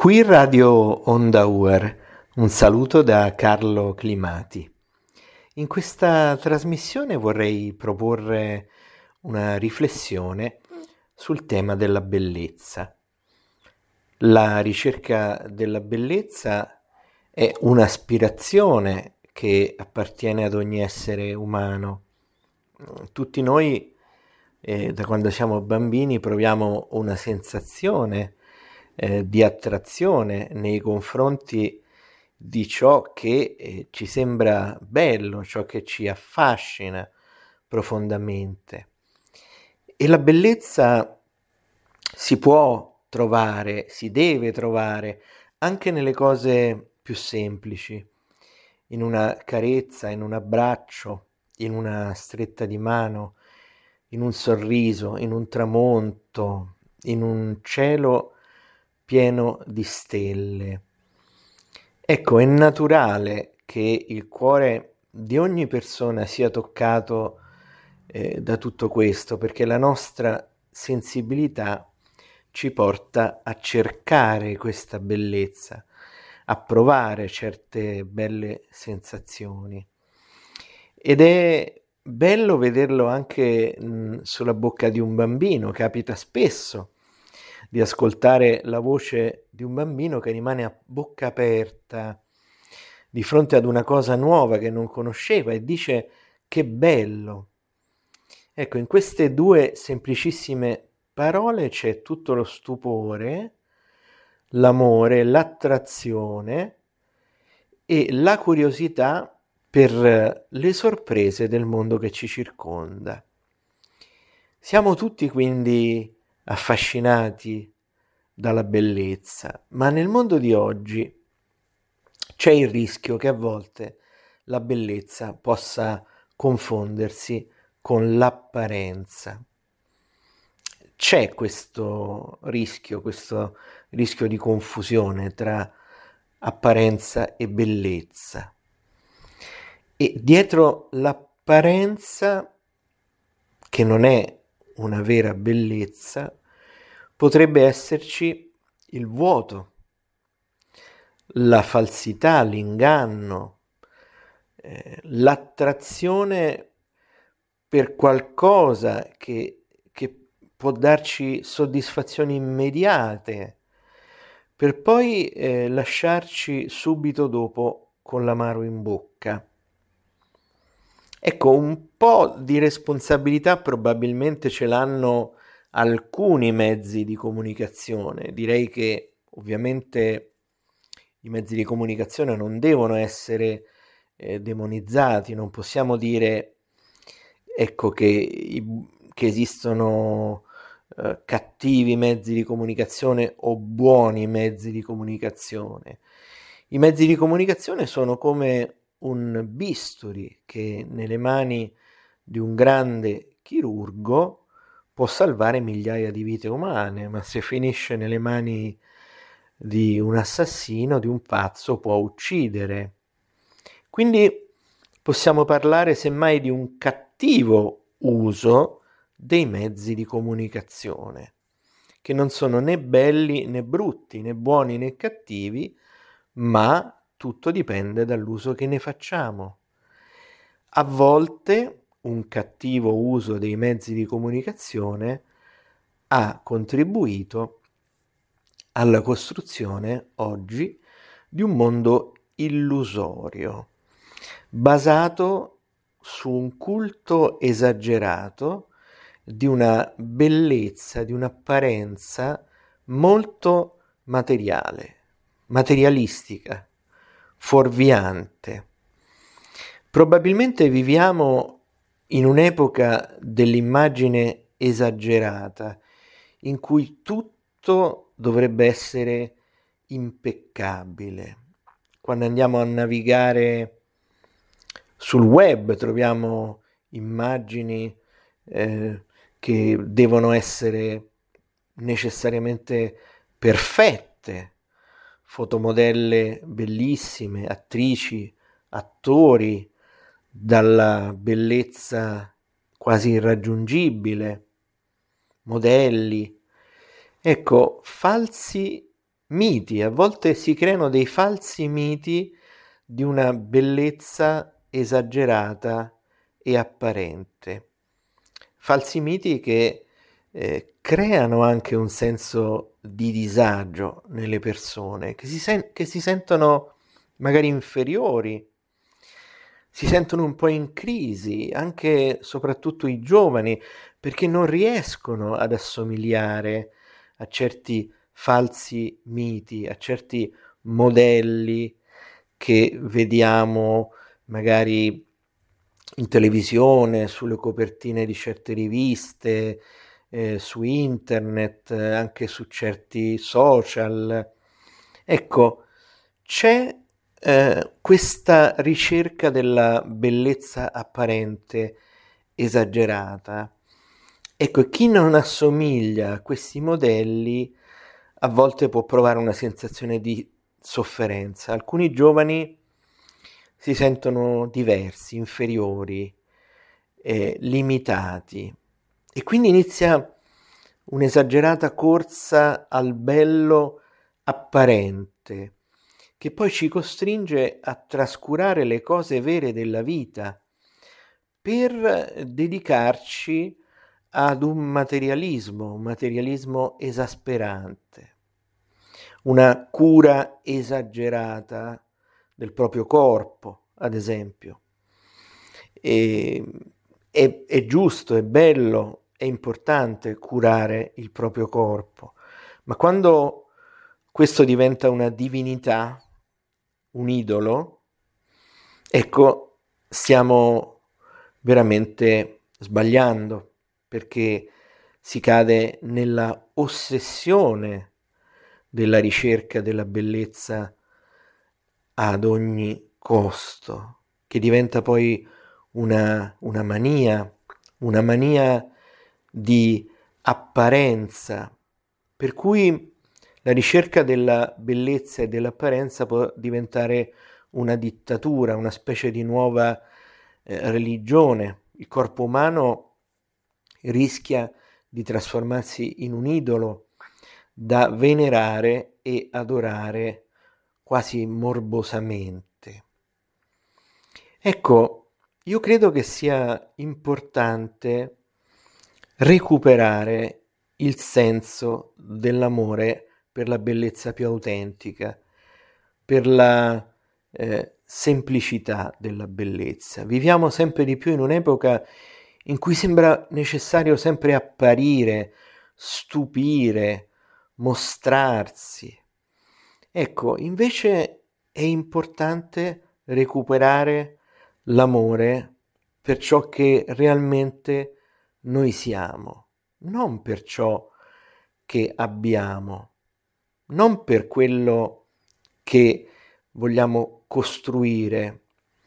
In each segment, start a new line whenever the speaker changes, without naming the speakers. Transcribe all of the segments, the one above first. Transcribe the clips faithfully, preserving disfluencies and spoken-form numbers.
Qui Radio Onda Uer, un saluto da Carlo Climati. In questa trasmissione vorrei proporre una riflessione sul tema della bellezza. La ricerca della bellezza è un'aspirazione che appartiene ad ogni essere umano. Tutti noi, eh, da quando siamo bambini, proviamo una sensazione eh, di attrazione nei confronti di ciò che eh, ci sembra bello, ciò che ci affascina profondamente. E la bellezza si può trovare, si deve trovare anche nelle cose più semplici, in una carezza, in un abbraccio, in una stretta di mano, in un sorriso, in un tramonto, in un cielo pieno di stelle. Ecco, è naturale che il cuore di ogni persona sia toccato eh, da tutto questo, perché la nostra sensibilità ci porta a cercare questa bellezza, a provare certe belle sensazioni. Ed è bello vederlo anche mh, sulla bocca di un bambino. Capita spesso di ascoltare la voce di un bambino che rimane a bocca aperta di fronte ad una cosa nuova che non conosceva e dice: che bello. Ecco, in queste due semplicissime parole c'è tutto lo stupore, l'amore, l'attrazione e la curiosità per le sorprese del mondo che ci circonda. Siamo tutti quindi affascinati dalla bellezza, ma nel mondo di oggi c'è il rischio che a volte la bellezza possa confondersi con l'apparenza. C'è questo rischio, questo rischio di confusione tra apparenza e bellezza. E dietro l'apparenza, che non è una vera bellezza, potrebbe esserci il vuoto, la falsità, l'inganno, eh, l'attrazione per qualcosa che, che può darci soddisfazioni immediate, per poi eh, lasciarci subito dopo con l'amaro in bocca. Ecco, un po' di responsabilità probabilmente ce l'hanno alcuni mezzi di comunicazione. Direi che ovviamente i mezzi di comunicazione non devono essere eh, demonizzati, non possiamo dire ecco che, i, che esistono eh, cattivi mezzi di comunicazione o buoni mezzi di comunicazione. I mezzi di comunicazione sono come un bisturi che nelle mani di un grande chirurgo può salvare migliaia di vite umane, ma se finisce nelle mani di un assassino, di un pazzo, può uccidere. Quindi possiamo parlare semmai di un cattivo uso dei mezzi di comunicazione, che non sono né belli né brutti, né buoni né cattivi, ma tutto dipende dall'uso che ne facciamo. A volte un cattivo uso dei mezzi di comunicazione ha contribuito alla costruzione oggi di un mondo illusorio, basato su un culto esagerato di una bellezza, di un'apparenza molto materiale, materialistica, fuorviante. Probabilmente viviamo in un'epoca dell'immagine esagerata, in cui tutto dovrebbe essere impeccabile. Quando andiamo a navigare sul web troviamo immagini eh, che devono essere necessariamente perfette, fotomodelle bellissime, attrici, attori, dalla bellezza quasi irraggiungibile, modelli. Ecco, falsi miti, a volte si creano dei falsi miti di una bellezza esagerata e apparente. Falsi miti che eh, creano anche un senso di disagio nelle persone, che si, sen- che si sentono magari inferiori, si sentono un po' in crisi, anche soprattutto i giovani, perché non riescono ad assomigliare a certi falsi miti, a certi modelli che vediamo magari in televisione, sulle copertine di certe riviste, eh, su internet, eh, anche su certi social. Ecco, c'è eh, questa ricerca della bellezza apparente esagerata. Ecco, chi non assomiglia a questi modelli a volte può provare una sensazione di sofferenza. Alcuni giovani si sentono diversi, inferiori, eh, limitati, e quindi inizia un'esagerata corsa al bello apparente, che poi ci costringe a trascurare le cose vere della vita per dedicarci ad un materialismo, un materialismo esasperante, una cura esagerata del proprio corpo, ad esempio. E, è, è giusto, è bello, è importante curare il proprio corpo, ma quando questo diventa una divinità, un idolo, ecco, stiamo veramente sbagliando, perché si cade nella ossessione della ricerca della bellezza ad ogni costo, che diventa poi una, una mania, una mania di apparenza, per cui la ricerca della bellezza e dell'apparenza può diventare una dittatura, una specie di nuova eh, religione. Il corpo umano rischia di trasformarsi in un idolo da venerare e adorare quasi morbosamente. Ecco, io credo che sia importante recuperare il senso dell'amore per la bellezza più autentica, per la eh, semplicità della bellezza. Viviamo sempre di più in un'epoca in cui sembra necessario sempre apparire, stupire, mostrarsi. Ecco, invece è importante recuperare l'amore per ciò che realmente noi siamo, non per ciò che abbiamo, non per quello che vogliamo costruire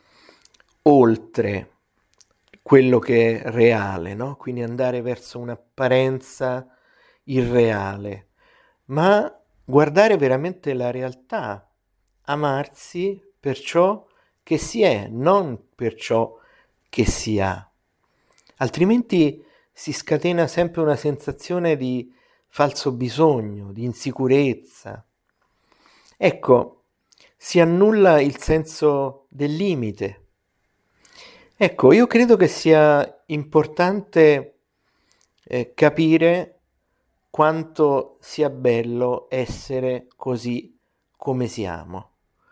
oltre quello che è reale, no? Quindi andare verso un'apparenza irreale, ma guardare veramente la realtà, amarsi per ciò che si è, non per ciò che si ha. Altrimenti si scatena sempre una sensazione di falso bisogno, di insicurezza. Ecco, si annulla il senso del limite. Ecco, io credo che sia importante eh, capire quanto sia bello essere così come siamo.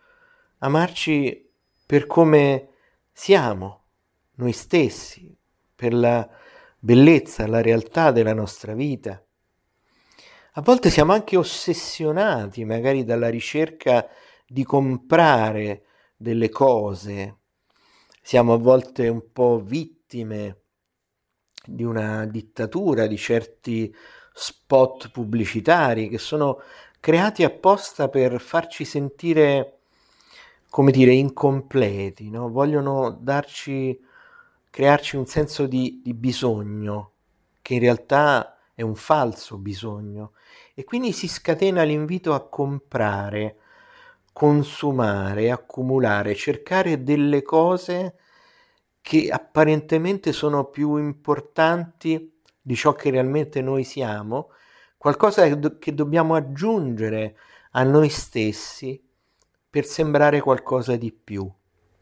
Amarci per come siamo, noi stessi, per la bellezza, la realtà della nostra vita. A volte siamo anche ossessionati magari dalla ricerca di comprare delle cose. Siamo a volte un po' vittime di una dittatura, di certi spot pubblicitari che sono creati apposta per farci sentire, come dire, incompleti, no? Vogliono darci, crearci un senso di, di bisogno, che in realtà è un falso bisogno. E quindi si scatena l'invito a comprare, consumare, accumulare, cercare delle cose che apparentemente sono più importanti di ciò che realmente noi siamo, qualcosa che, do- che dobbiamo aggiungere a noi stessi per sembrare qualcosa di più.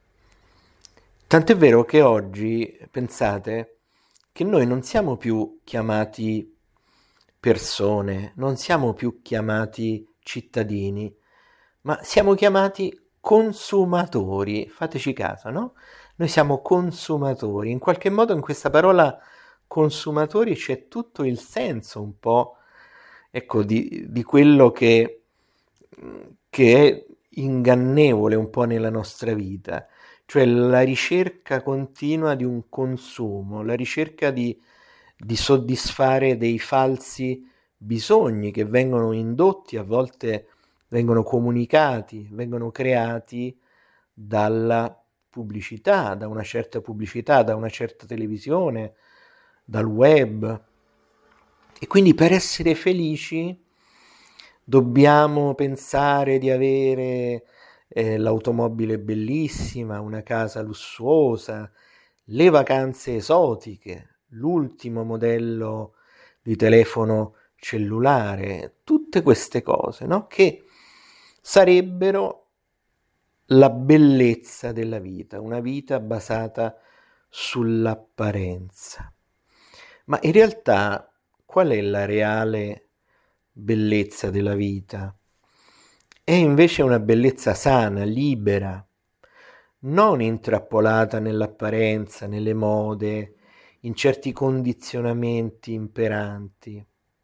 Tant'è vero che oggi, pensate, che noi non siamo più chiamati persone, non siamo più chiamati cittadini, ma siamo chiamati consumatori. Fateci caso, no? Noi siamo consumatori. In qualche modo in questa parola consumatori c'è tutto il senso un po', ecco, di, di quello che, che è ingannevole un po' nella nostra vita, cioè la ricerca continua di un consumo, la ricerca di, di soddisfare dei falsi bisogni che vengono indotti, a volte vengono comunicati, vengono creati dalla pubblicità, da una certa pubblicità, da una certa televisione, dal web. E quindi per essere felici dobbiamo pensare di avere eh, l'automobile bellissima, una casa lussuosa, le vacanze esotiche, l'ultimo modello di telefono cellulare, tutte queste cose, no? Che sarebbero la bellezza della vita, una vita basata sull'apparenza. Ma in realtà qual è la reale bellezza della vita? È invece una bellezza sana, libera, non intrappolata nell'apparenza, nelle mode, in certi condizionamenti imperanti.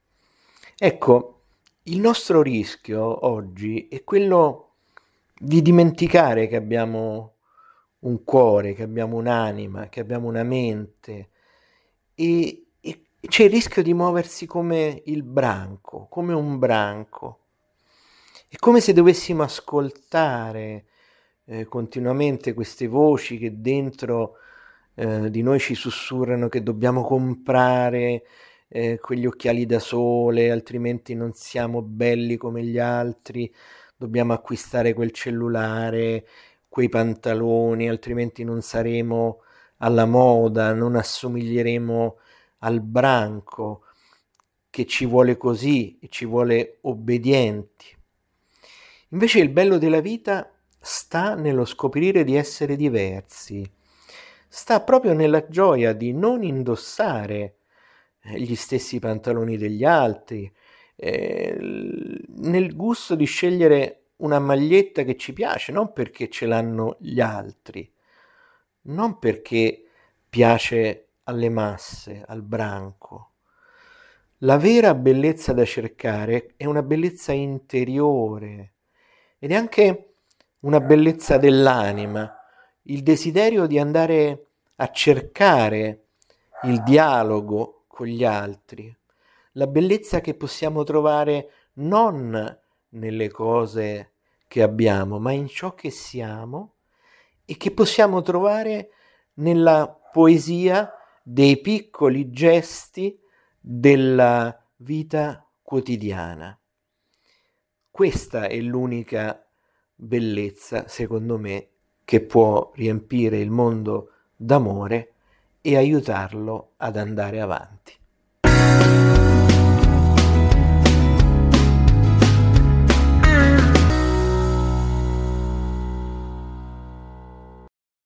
Ecco, il nostro rischio oggi è quello di dimenticare che abbiamo un cuore, che abbiamo un'anima, che abbiamo una mente, e, e c'è il rischio di muoversi come il branco, come un branco. È come se dovessimo ascoltare eh, continuamente queste voci che dentro eh, di noi ci sussurrano che dobbiamo comprare eh, quegli occhiali da sole, altrimenti non siamo belli come gli altri, dobbiamo acquistare quel cellulare, quei pantaloni, altrimenti non saremo alla moda, non assomiglieremo al branco che ci vuole così e ci vuole obbedienti. Invece il bello della vita sta nello scoprire di essere diversi, sta proprio nella gioia di non indossare gli stessi pantaloni degli altri, eh, nel gusto di scegliere una maglietta che ci piace, non perché ce l'hanno gli altri, non perché piace alle masse, al branco. La vera bellezza da cercare è una bellezza interiore ed è anche una bellezza dell'anima, il desiderio di andare a cercare il dialogo con gli altri, la bellezza che possiamo trovare non nelle cose che abbiamo, ma in ciò che siamo e che possiamo trovare nella poesia dei piccoli gesti della vita quotidiana. Questa è l'unica bellezza, secondo me, che può riempire il mondo d'amore e aiutarlo ad andare avanti.